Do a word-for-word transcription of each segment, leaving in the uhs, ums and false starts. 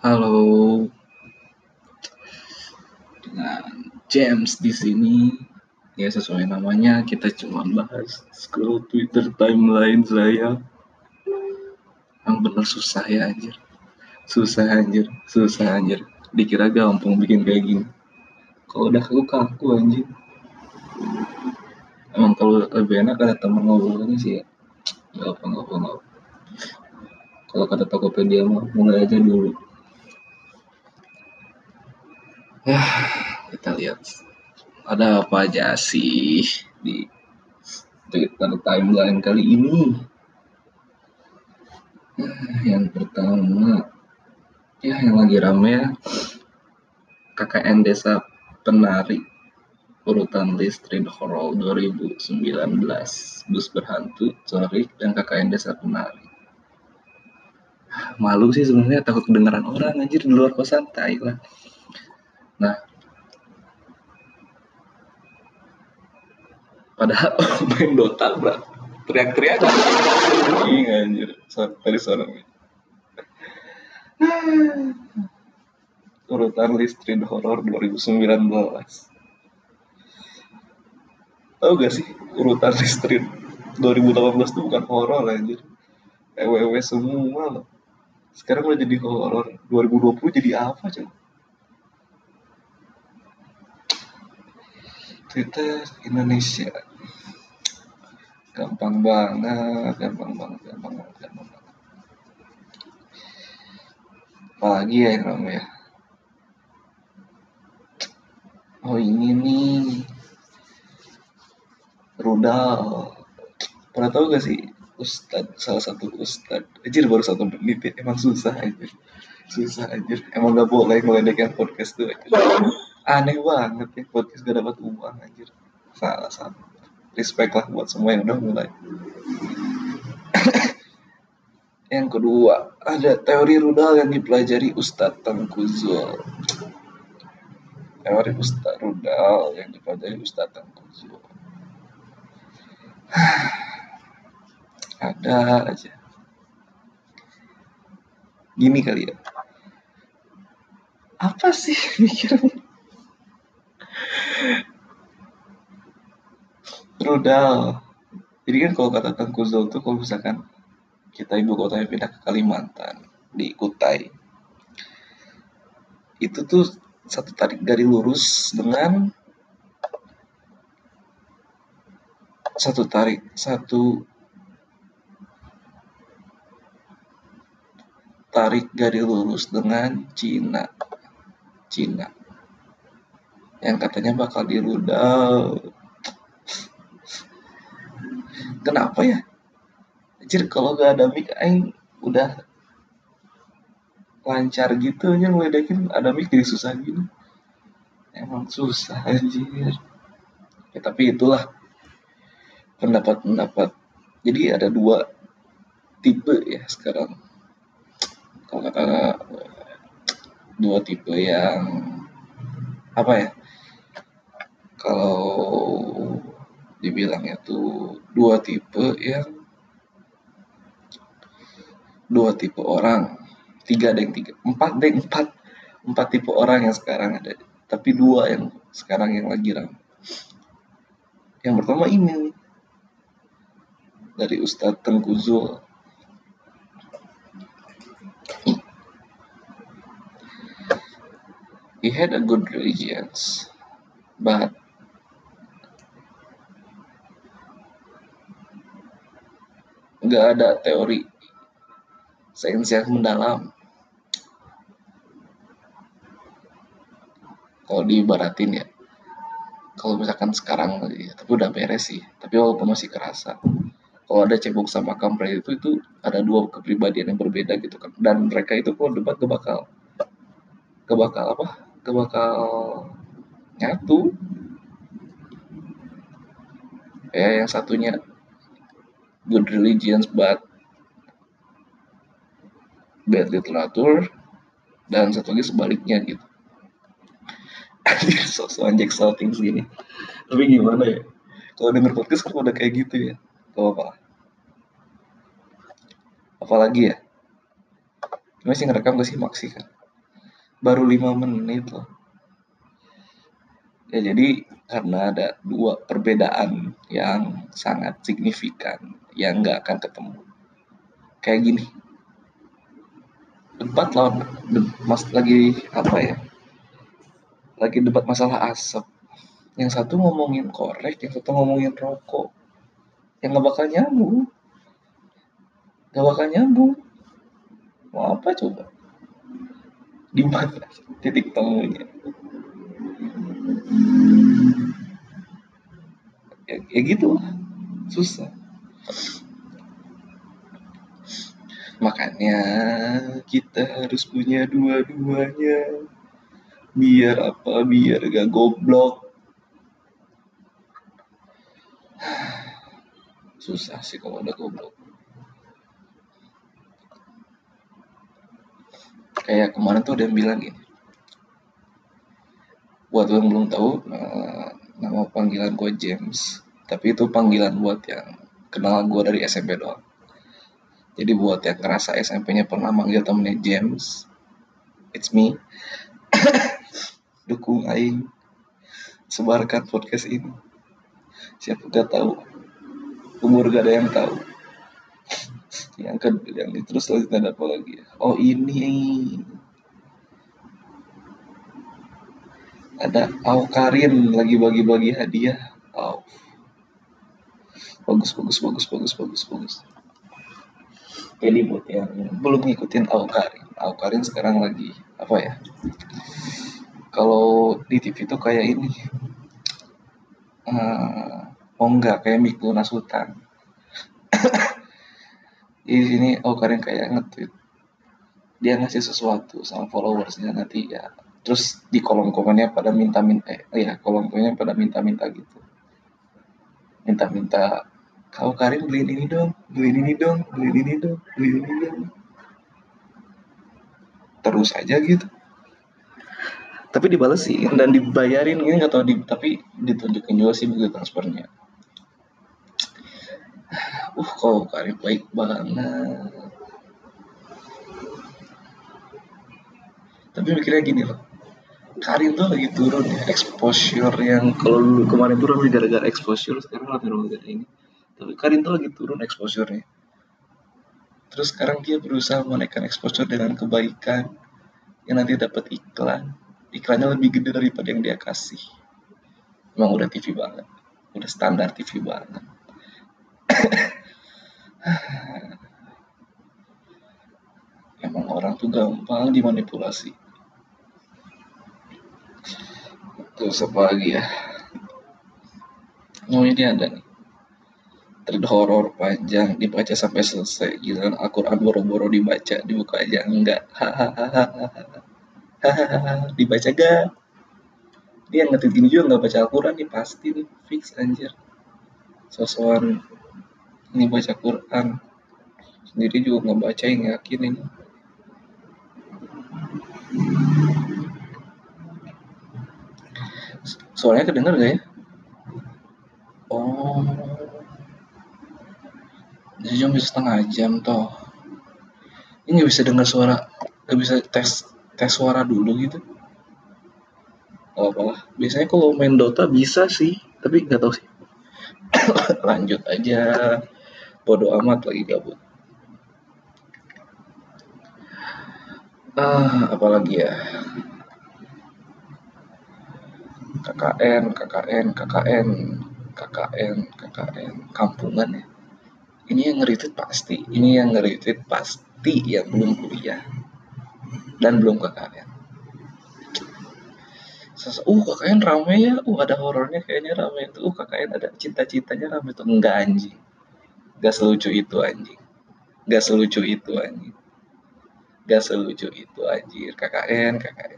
Halo, dengan James di sini. Ya sesuai namanya kita cuma bahas scroll Twitter timeline saya. Yang bener susah ya anjir. Susah anjir, susah anjir. Dikira gampang bikin kayak gini. Kalau udah kaku kaku anjir. Emang kalau lebih enak ada temen ngobrolnya sih ya. Gak apa gak apa gak apa. Kalau kata Tokopedia mah mulai aja dulu. Ya kita lihat ada apa aja sih di Twitter timeline kali ini. Yang pertama, ya yang lagi rame ya, K K N Desa Penari urutan list Street Horror dua ribu sembilan belas, Bus Berhantu, Corik, dan K K N Desa Penari. Malu sih sebenarnya, takut kedengaran orang anjir di luar kosan, tai lah. Nah, padahal main Dota bro, teriak-teriak anjing anjir, tadi suaranya. Urutan list Street Horror dua ribu sembilan belas. Tahu gak sih urutan list Street dua ribu delapan belas itu bukan horor anjir. E W W semua loh. Sekarang udah jadi horor. dua ribu dua puluh jadi apa coba? Twitter Indonesia. Gampang banget, gampang banget, gampang banget, gampang banget. Apalagi ya yang ramai ya. Oh ini nih. Rudal. Pernah tahu gak sih Ustad, salah satu Ustad. Anjir baru satu menit ya. Emang susah anjir. Susah anjir. Emang gak boleh ngeledek podcast tuh anjir. Aneh banget ya podcast gak dapat uang anjir. Salah salah. Respect lah buat semua yang udah mulai. Yang kedua, ada teori rudal yang dipelajari Ustadz Tengku Zul. Teori Ustadz rudal yang dipelajari Ustadz Tengku Zul. Ada aja. Gini kali ya. Apa sih mikirnya? Rudal. Jadi kan kalau kata Tengku Zul tuh kalau misalkan kita ibu kotanya pindah ke Kalimantan di Kutai, itu tuh satu tarik garis lurus dengan satu tarik satu tarik garis lurus dengan Cina Cina yang katanya bakal dirudal. Kenapa ya? Anjir kalau gak ada mic aing udah lancar gitu aja ngeledekin, ada mic jadi susah gini. Emang susah anjir. Ya tapi itulah pendapat-pendapat. Jadi ada dua tipe ya sekarang. Kalau kata dua tipe yang apa ya? Kalau dibilangnya tuh dua tipe yang dua tipe orang, tiga deh tiga, empat deh empat, empat tipe orang yang sekarang ada, tapi dua yang sekarang yang lagi ramai. Yang pertama ini dari Ustadz Tengku Zul. He had a good religions, but nggak ada teori sains yang mendalam. Kalau diibaratin ya, kalau misalkan sekarang ya, tapi udah beres sih. Tapi walaupun masih kerasa, kalau ada cebok sama kampret itu itu ada dua kepribadian yang berbeda gitu kan. Dan mereka itu kalau debat gak bakal, gak bakal apa, gak bakal nyatu. Ya yang satunya good religions but bad literature, dan satu lagi sebaliknya gitu. Sosok anjek salting segini. Tapi gimana ya? Kalau denger podcast kan udah kayak gitu ya. Gak apa-apa. Apalagi ya? Masih ngerekam gak sih Maksi kan? baru lima menit loh. Ya jadi karena ada dua perbedaan yang sangat signifikan yang nggak akan ketemu. Kayak gini, debat lawan de- mas lagi apa ya? Lagi debat masalah asap. Yang satu ngomongin korek, yang satu ngomongin rokok. Yang nggak bakal nyambung, nggak bakal nyambung. Mau apa coba? Di mana titik temunya? Ya, ya gitu lah, susah. Makanya kita harus punya dua-duanya. Biar apa? Biar gak goblok. Susah sih kalau udah goblok. Kayak kemarin tuh ada yang bilang gini. Buat lo yang belum tahu, eh, nama panggilan gue James. Tapi itu panggilan buat yang kenal gue dari S M P doang. Jadi buat yang ngerasa S M P-nya pernah manggil temennya James, it's me. Dukung Aing, sebarkan podcast ini. Siapa gak tahu, umur gak ada yang tahu. Yang ke, yang terus selanjutnya ada apa lagi? Oh ini ada Aukarin lagi bagi-bagi hadiah. Oh, bagus bagus bagus bagus bagus bagus. Jadi buat yang belum ngikutin Aukarin, Aukarin sekarang lagi apa ya? Kalau di T V tuh kayak ini, uh, oh enggak kayak Mikul Nasutan. Di sini Aukarin kayak nge-tweet, dia ngasih sesuatu sama followersnya nanti ya. Terus di kolom komennya pada minta-minta, eh ya kolom komennya pada minta-minta gitu. Minta-minta, kau Karin beliin ini dong, beliin ini dong, beliin ini dong, beliin ini dong. Terus aja gitu. Tapi dibalesin dan dibayarin ini nggak tahu di, tapi ditunjukin juga sih begitu transfernya. Uh, kau Karin baik banget. Tapi mikirnya gini loh, Karin tuh lagi turun ya, exposure yang kalau dulu kemarin turun gara-gara exposure, sekarang lagi gara-gara ini. Tapi Karin tuh lagi turun exposure-nya. Terus sekarang dia berusaha menaikkan exposure dengan kebaikan yang nanti dapat iklan. Iklannya lebih gede daripada yang dia kasih. Emang udah T V banget. Udah standar T V banget. Emang orang tuh gampang dimanipulasi. Terus apa lagi ya? Oh ini ada nih. Thread horor panjang dibaca sampai selesai. Giliran Al-Quran boro-boro dibaca, dibuka aja enggak. Hahaha. Dibaca gak? Dia yang ngetik gini juga nggak baca Al-Quran nih pasti nih fix anjir. Sosokan ini baca Quran sendiri juga nggak baca yang yakin ini. Soalnya kedenger gak ya? Oh, jadi cuma bisa setengah jam toh. Ini nggak bisa dengar suara, nggak bisa tes tes suara dulu gitu. Oh apalah. Biasanya kalau main Dota bisa sih, tapi nggak tahu sih. Lanjut aja. Bodoh amat lagi gabut. Ah, apalagi ya? K K N, K K N, K K N, K K N, K K N, kampungan ya. Ini yang nge-retweet pasti, ini yang nge-retweet pasti yang belum kuliah dan belum K K N. Uh K K N rame ya, uh ada horornya kayaknya rame itu, uh K K N ada cinta-cintanya rame tuh. Enggak anjing, gak selucu itu anjing, gak selucu itu anjing, gak selucu itu anjir. K K N, K K N.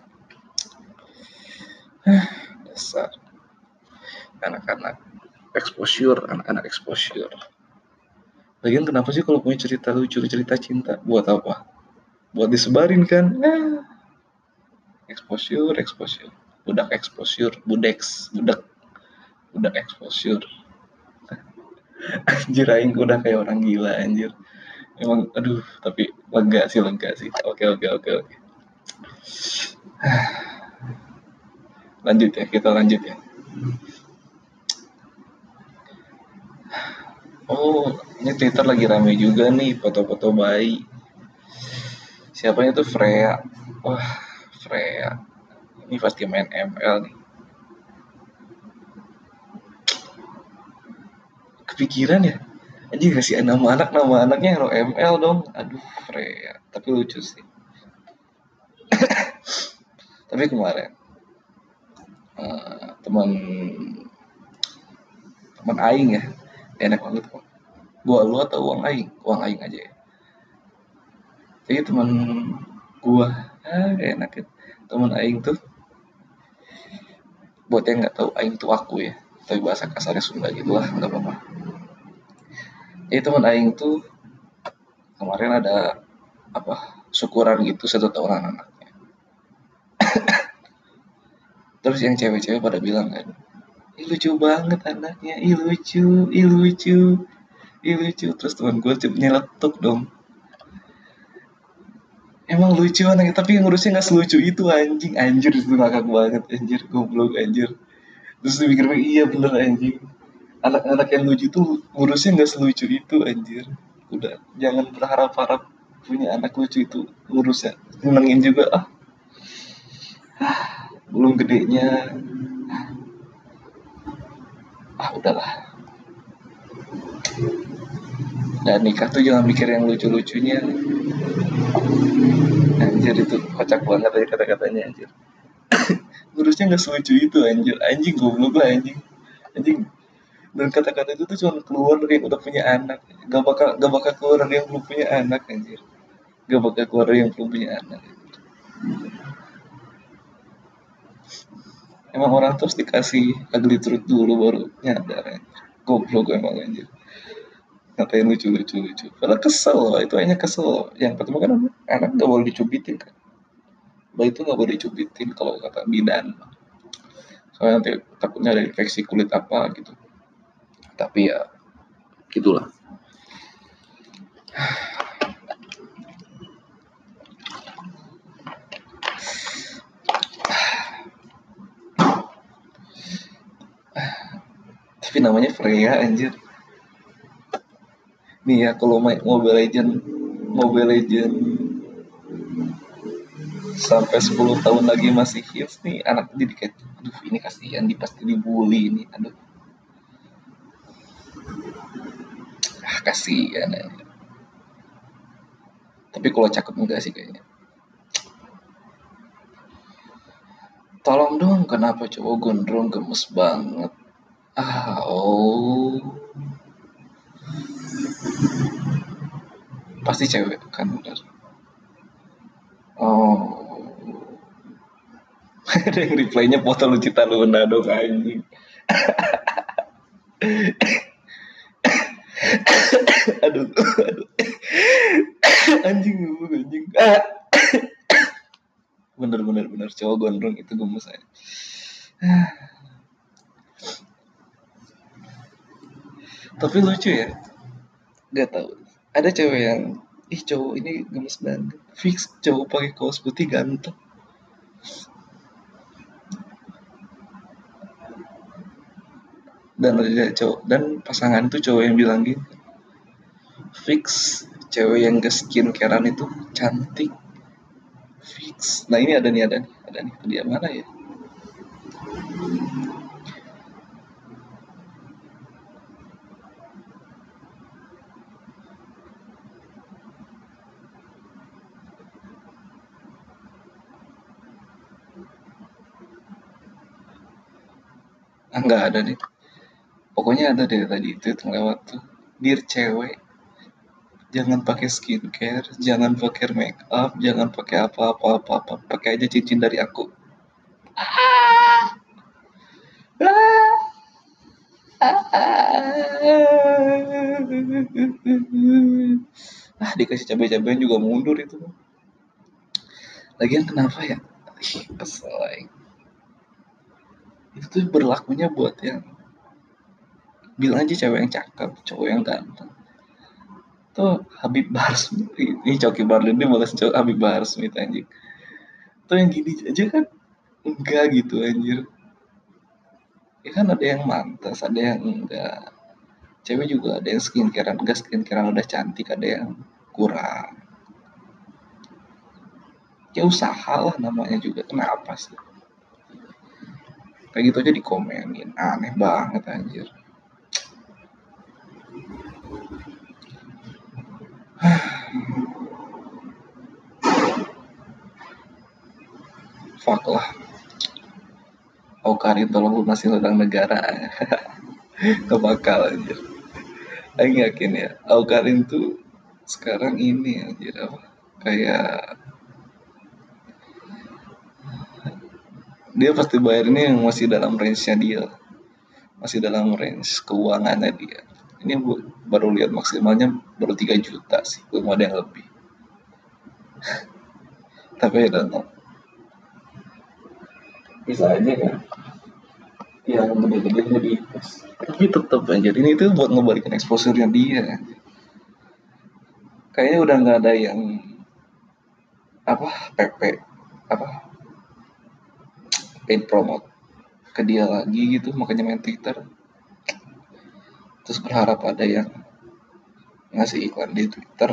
Dasar anak-anak exposure, anak-anak exposure. Lagian kenapa sih kalau punya cerita lucu, cerita cinta, buat apa? Buat disebarin kan? Nah, exposure, exposure, budak exposure, budex, budak, budak exposure. Anjir, aing udah kayak orang gila anjir. Emang, aduh, tapi lega sih, lega sih. Oke, oke, oke, oke. Lanjut ya, kita lanjut ya. Oh, ini Twitter lagi rame juga nih foto-foto bayi. Siapanya tuh Freya. Wah, Freya. Ini pasti main M L nih. Kepikiran ya? Anjing kasih nama anak, nama anaknya hero M L dong. Aduh, Freya. Tapi lucu sih. Tapi kemarin uh, teman teman aing ya, enak banget kok. Gua lu atau uang aing? Uang aing aja ya. Jadi teman gua, ah enak ya. Teman aing tuh, buat yang nggak tahu aing tuh aku ya. Tapi bahasa kasarnya Sunda gitu lah, nggak apa-apa. Jadi teman aing tuh kemarin ada apa syukuran gitu satu tahunan anaknya. Terus yang cewek-cewek pada bilang kan, ih lucu banget anaknya, ih lucu, ih lucu, ih lucu. Terus teman gue nyeletuk dong, emang lucu anaknya, tapi ngurusnya nggak selucu itu anjing, anjir itu ngakak banget anjir, goblok anjir. Terus dipikir iya bener anjing, anak-anak yang lucu tuh ngurusnya nggak selucu itu anjir. Udah jangan berharap-harap punya anak lucu itu ngurusnya menengin juga ah, belum gedenya ah udahlah. Dan nikah tuh jangan mikir yang lucu-lucunya. Anjir itu kocak banget aja kata-katanya anjir. Ngurusnya nggak selucu itu anjir. Anjing goblok lah anjing. Anjing. Dan kata-kata itu tuh cuma keluar dari yang udah punya anak. Gak bakal gak bakal keluar dari yang belum punya anak anjir. Gak bakal keluar dari yang belum punya anak. Emang orang terus dikasih ugly truth dulu baru nyadar anjir. Goblok emang anjir. Ngatain lucu-lucu lucu. Padahal kesel loh, itu hanya kesel. Yang pertama kan anak nggak boleh dicubitin kan. Bayi itu nggak boleh dicubitin kalau kata bidan. Soalnya nanti takutnya ada infeksi kulit apa gitu. Tapi ya gitulah. Tapi namanya Freya anjir. Nih ya kalau main Mobile Legend Mobile Legend sampai sepuluh tahun lagi masih hits nih, anak jadi kayak aduh ini kasihan, di pasti dibully ini, aduh ah kasihan ya. Tapi kalau cakep enggak sih kayaknya. Tolong dong, kenapa cowok gondrong gemes banget? Ah, oh. Pasti cewek kan benar. Oh. Ada yang replaynya foto Lucita Luna dong anjing. aduh, aduh. anjing, anjing. Ah. bener bener bener cowok gondrong itu gemes aja. Tapi lucu ya, nggak tahu. Ada cewek yang ih cowok ini gemes banget. Fix cowok pakai kaos putih ganteng. Dan ada cowok dan pasangan itu cowok yang bilang gitu. Fix cewek yang ke skincarean itu cantik. Fix. Nah ini ada nih ada nih ada nih dia mana ya? Ah nggak ada nih. Pokoknya ada deh tadi itu yang lewat tuh. Dear cewek, jangan pakai skincare, jangan pakai make up, jangan pakai apa-apa apa-apa, pakai aja cincin dari aku. Ah dikasih cabai-cabai juga mundur itu. Lagian kenapa ya? Ih, kesel. Itu tuh berlakunya buat yang bilang aja cewek yang cakep, cowok yang ganteng. Tuh Habib Bahar Smith, ini Coki Barlin dia balas Habib Bahar Smith anjing. Atau yang gini aja kan enggak gitu anjir. Ya kan ada yang mantas, ada yang enggak. Cewek juga ada yang skincarean enggak, skincarean udah cantik, ada yang kurang. Ya usaha lah namanya juga, kenapa sih? Kayak gitu aja dikomenin, aneh banget anjir. Fuck lah. Aukarin tolong lunasin utang negara. Gak bakal anjir. Aing yakin ya, Aukarin tuh sekarang ini anjir apa? Kayak dia pasti bayar ini yang masih dalam range-nya dia. Masih dalam range keuangannya dia. Ini baru lihat maksimalnya baru tiga juta sih, belum ada yang lebih. Tapi I don't know. Bisa aja kan yang gede-gede jadi tapi tetap anjir ini tuh buat ngebalikin exposure-nya dia. Kayaknya udah nggak ada yang apa P P apa paid promote ke dia lagi gitu, makanya main Twitter terus berharap ada yang ngasih iklan di Twitter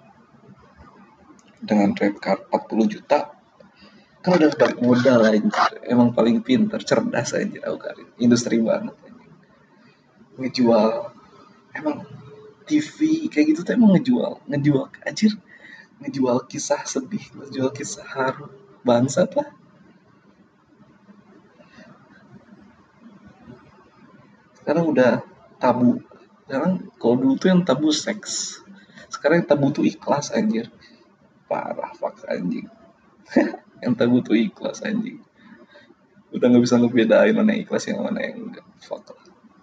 dengan rate card empat puluh juta. Kan udah balik modal anjir, emang paling pintar, cerdas anjir Aukarin, industri banget anjir. Ngejual emang T V kayak gitu tuh emang ngejual ngejual anjir, ngejual kisah sedih, ngejual kisah haru bangsa lah. Sekarang udah tabu. Sekarang kalau dulu tuh yang tabu seks, sekarang yang tabu tuh ikhlas anjir. Parah fuck anjing. Yang tabu tuh ikhlas anjing. Udah nggak bisa ngebedain mana yang ikhlas yang mana yang enggak. Fuck lah.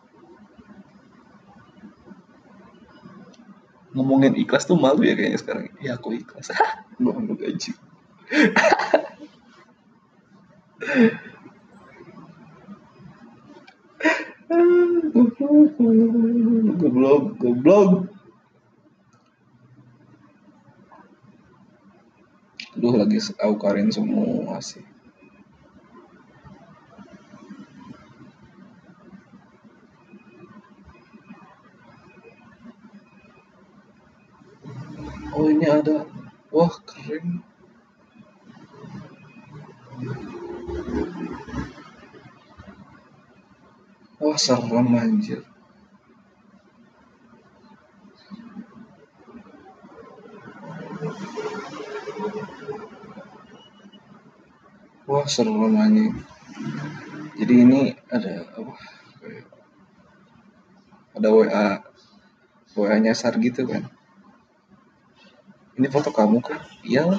Ngomongin ikhlas tuh malu ya kayaknya sekarang. Ya aku ikhlas. Gue malu gaji. Goblok, goblok. Duh lagi Aukarin semua sih. Oh ini ada. Wah keren. Wah serem anjir. Wah serem anjing. Jadi ini ada apa? Ada W A W A nyasar gitu kan. Ini foto kamu kan? Iyalah.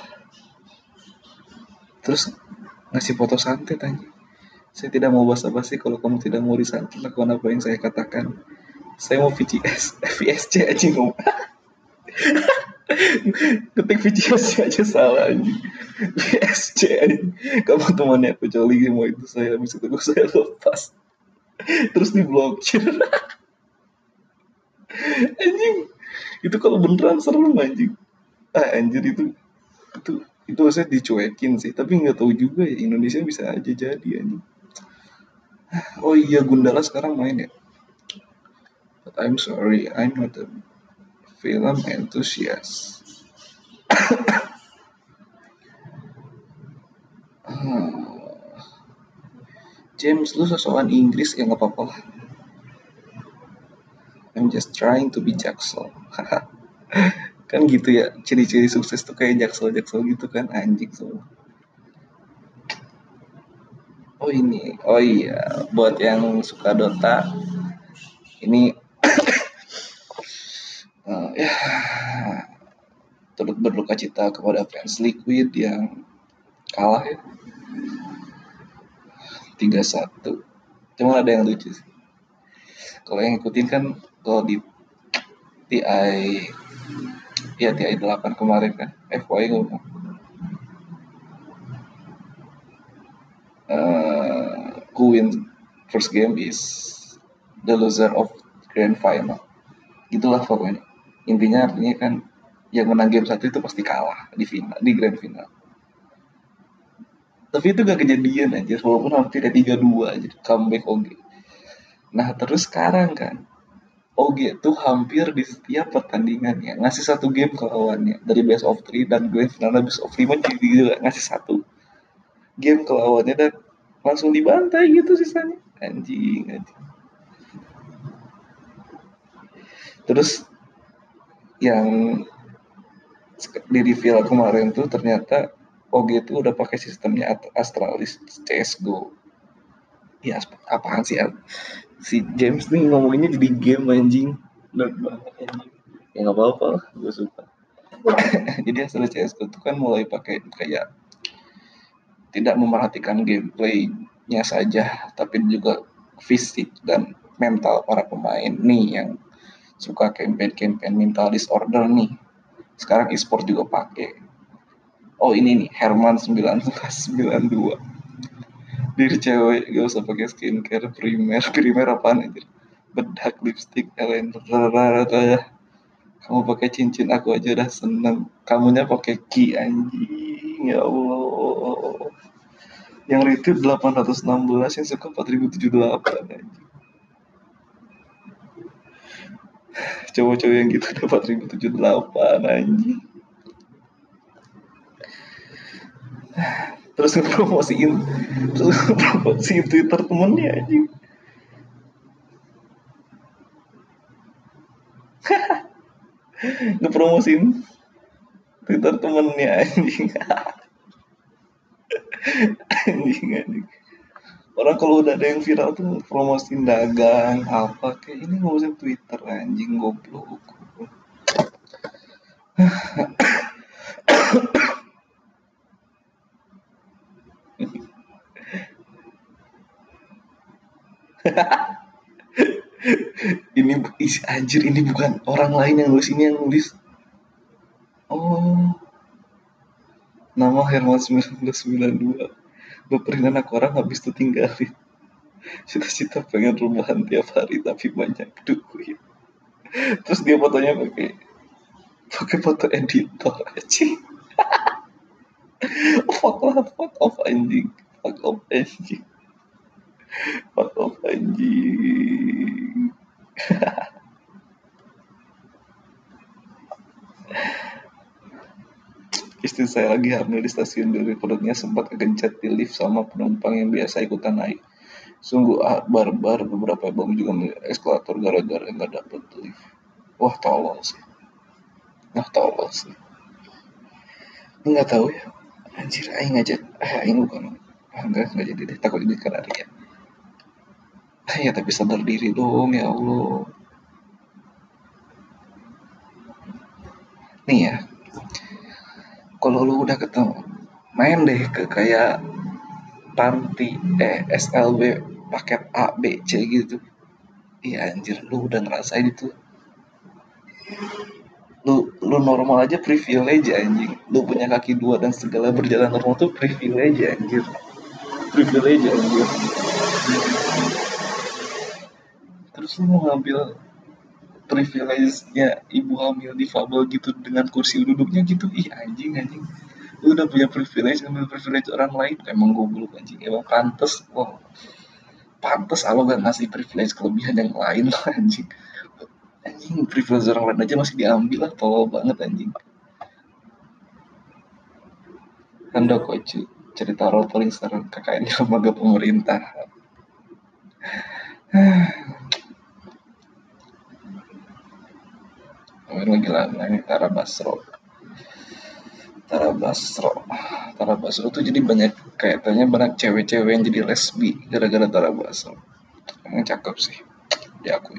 Terus ngasih foto santet anjing. Saya tidak mau basa-basi kalau kamu tidak mau disantet lakukan apa yang saya katakan. Saya mau V C S, V S C aja ngomong. Ketik V C S aja salah anjing. V S C anjing. Kamu temannya kecuali mau itu saya habis itu saya lepas. Terus diblokir. Anjing. Itu kalau beneran serem anjing. Ah anjir itu itu itu saya dicuekin sih, tapi nggak tahu juga ya Indonesia bisa aja jadi anjing. Oh iya Gundala sekarang main ya. But I'm sorry, I'm not a film enthusiast. Hmm. James, lu sosokan Inggris ya nggak apa-apa lah. I'm just trying to be Jaksel. Kan gitu ya, ciri-ciri sukses tuh kayak Jaksel-Jaksel gitu kan, anjing semua. Oh ini, oh iya, buat yang suka Dota, ini uh, ya turut berduka cita kepada fans Liquid yang kalah ya tiga satu. Cuma ada yang lucu sih. Kalau yang ngikutin kan kalau di T I ya T I delapan kemarin kan F Y ngomong uh, who win first game is the loser of grand final. Gitulah pokoknya. Intinya artinya kan yang menang game satu itu pasti kalah di final, di grand final. Tapi itu gak kejadian aja, walaupun hampir ya tiga dua aja comeback O G. Nah terus sekarang kan O G tuh hampir di setiap pertandingannya ngasih satu game ke lawannya dari best of three, dan gue finalnya best of lima jadi juga ngasih satu game ke lawannya dan langsung dibantai gitu sisanya. Anjing, anjing. Terus yang di reveal kemarin tuh ternyata O G tuh udah pakai sistemnya Astralis C S G O. Ya apaan sih si James nih ngomonginnya jadi game anjing. Berat banget anjing. Ya nggak apa-apa lah, gue suka. Jadi Astralis C S G O tuh kan mulai pakai kayak tidak memerhatikan gameplaynya saja, tapi juga fisik dan mental para pemain nih yang suka campaign-campaign mental disorder nih. Sekarang e-sport juga pakai. Oh ini nih Herman sembilan belas sembilan dua. Diri cewek gak usah pakai skincare primer. Primer apaan aja? Bedak, lipstick, eyeliner, ya. Kamu pakai cincin aku aja udah seneng. Kamunya pakai ki anjing. Ya Allah. Yang retweet delapan ratus enam belas, yang suka empat ribu tujuh puluh delapan anjing. Cowok-cowok yang gitu ada empat ribu tujuh puluh delapan anjing. Terus ngepromosiin terus ngepromosiin Twitter temennya anjing. Ngepromosiin Twitter temennya anjing. Anjing anjing. Orang kalau udah ada yang viral tuh promosiin dagang apa kayak ini, ngurusin Twitter anjing goblok. Ini isi anjir, ini bukan orang lain yang nulis, ini yang nulis. Oh, nama Herman sembilan belas sembilan dua. Beperingan aku orang habis itu tinggalin. Cita-cita pengen rumahan tiap hari tapi banyak duit. Terus dia fotonya pakai pakai foto editor anjing. Fuck lah, fuck off anjing. Fuck off anjing. Fuck off anjing. Istri saya lagi hamil di stasiun duri, perutnya sempat kegencet di lift sama penumpang yang biasa ikutan naik. Sungguh ah, barbar, beberapa bom juga melihat eskalator gara-gara nggak dapet lift. Wah tolol sih. Wah tolol sih. Nggak tahu ya. Anjir, aing aja. Ah, aing bukan. Ah, enggak, enggak jadi deh. Takut jadi kena ya. Ah, ya tapi sadar diri dong ya Allah. Nih ya, kalau lu udah ketemu, main deh ke kayak panti eh S L B paket A B C gitu. Iya anjir, lu udah ngerasain itu. Lu lu normal aja privilege anjing. Lu punya kaki dua dan segala berjalan normal tuh privilege anjir. Privilege anjir. Terus lu mau ngambil privilege-nya ibu hamil difabel gitu dengan kursi duduknya gitu, ih anjing anjing. Lu udah punya privilege, ngambil privilege orang lain, emang goblok anjing. Emang pantes, wah pantes Allah gak ngasih privilege kelebihan yang lain lah anjing. Anjing privilege orang lain aja masih diambil lah, tolol banget anjing. Anda kocu cerita rotoling sekarang K K N di lembaga pemerintah. Ini lagi lah, ini Tara Basro. Tara Basro. Tara Basro tuh jadi banyak kayaknya banyak cewek-cewek yang jadi lesbi gara-gara Tara Basro. Emang cakep sih, diakui.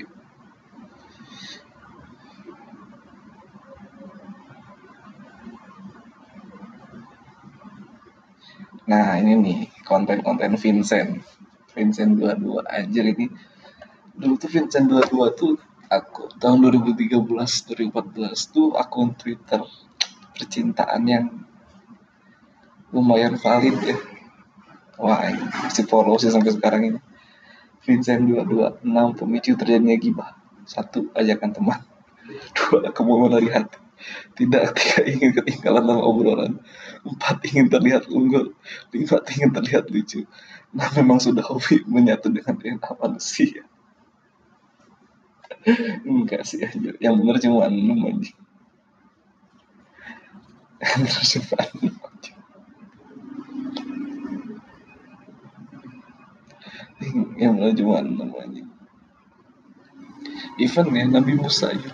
Nah ini nih konten-konten Vincent. Vincent dua puluh dua anjir ini. Dulu tuh Vincent dua puluh dua tuh aku tahun dua ribu tiga belas dua ribu empat belas tuh akun Twitter percintaan yang lumayan valid ya. Wah ini masih follow sih sampai sekarang ini. Vincent dua puluh dua, enam pemicu terjadinya gibah. Satu, ajakan teman. Dua, kebohongan dari hati. Tidak, tidak ingin ketinggalan dalam obrolan. Empat, ingin terlihat unggul. Lima, ingin terlihat lucu. Nah, memang sudah hobi menyatu dengan D N A manusia. Enggak sih anjir. Yang bener cuma enam aja. Yang bener cuma enam aja. Yang bener cuma enam aja. Even ya Nabi Musa ya.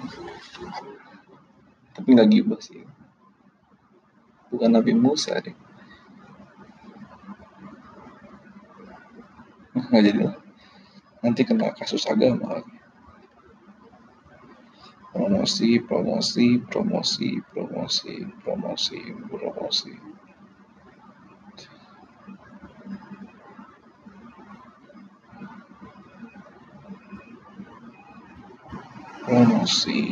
Tapi nggak gibah sih. Bukan Nabi Musa deh. Nah, nggak jadi lah. Nanti kena kasus agama lagi. Promosi, promosi, promosi, promosi, promosi, promosi. Promosi.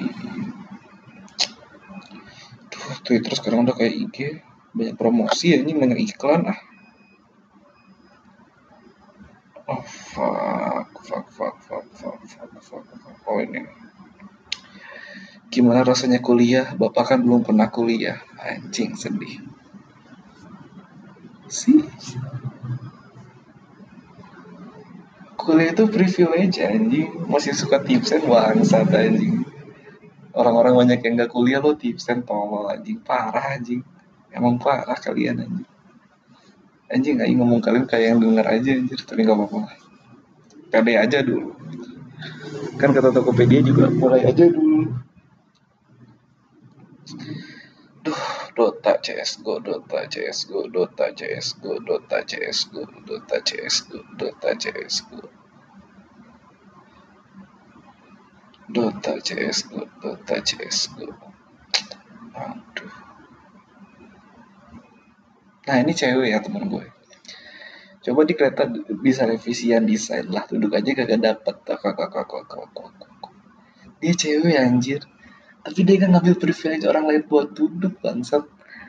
Duh, Twitter sekarang udah kayak I G. Banyak promosi ya, ini banyak iklan ah. Oh fuck, fuck, fuck, fuck, fuck, fuck, fuck, fuck. Oh ini. Gimana rasanya kuliah? Bapak kan belum pernah kuliah. Anjing, sedih. Sih. Kuliah itu privilege anjing. Masih suka tipsen bangsat anjing. Orang-orang banyak yang gak kuliah lo tipsen tolol anjing. Parah anjing. Emang parah kalian anjing. Anjing gak ngomong kalian kayak yang denger aja anjir. Tapi gak apa-apa. Pede aja dulu. Kan kata Tokopedia juga mulai aja dulu. Duh, Dota C S G O, Dota C S G O, Dota C S G O, Dota C S G O, Dota C S G O, Dota C S G O. Dota C S G O, Dota C S G O. Aduh. Nah ini cewek ya teman gue. Coba di kereta bisa revisian desain lah, duduk aja kagak dapet. Dia cewek anjir. Tapi dia kan ngambil privilege orang lain buat duduk bangsat.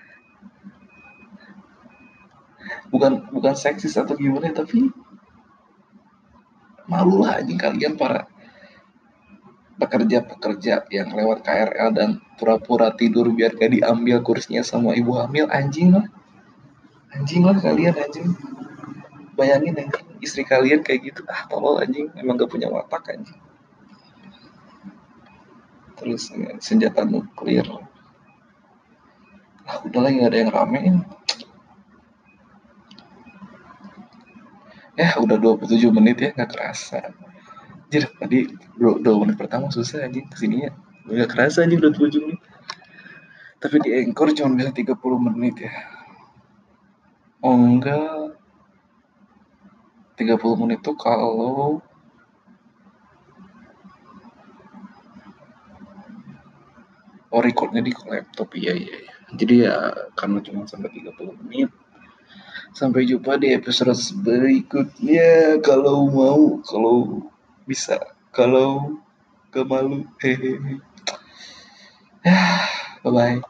Bukan bukan seksis atau gimana, tapi malu lah anjing kalian para pekerja-pekerja yang lewat K R L dan pura-pura tidur biar gak diambil kursinya sama ibu hamil. Anjing lah. Anjing lah kalian anjing. Bayangin anjing istri kalian kayak gitu. Ah tolol anjing. Emang gak punya watak anjing. Terus ya, senjata nuklir. Ah udah lagi gak ada yang ramein. Ya udah dua puluh tujuh menit ya, gak kerasa. Anjir tadi dua menit pertama susah anjing kesininya. Gak kerasa anjing udah dua puluh tujuh menit. Tapi di Anchor cuma bisa tiga puluh menit ya. Oh enggak. tiga puluh menit tuh kalau oh recordnya di laptop. Iya iya iya. Jadi ya karena cuma sampai tiga puluh menit. Sampai jumpa di episode berikutnya kalau mau, kalau bisa, kalau gak malu. Hehehe. Bye bye.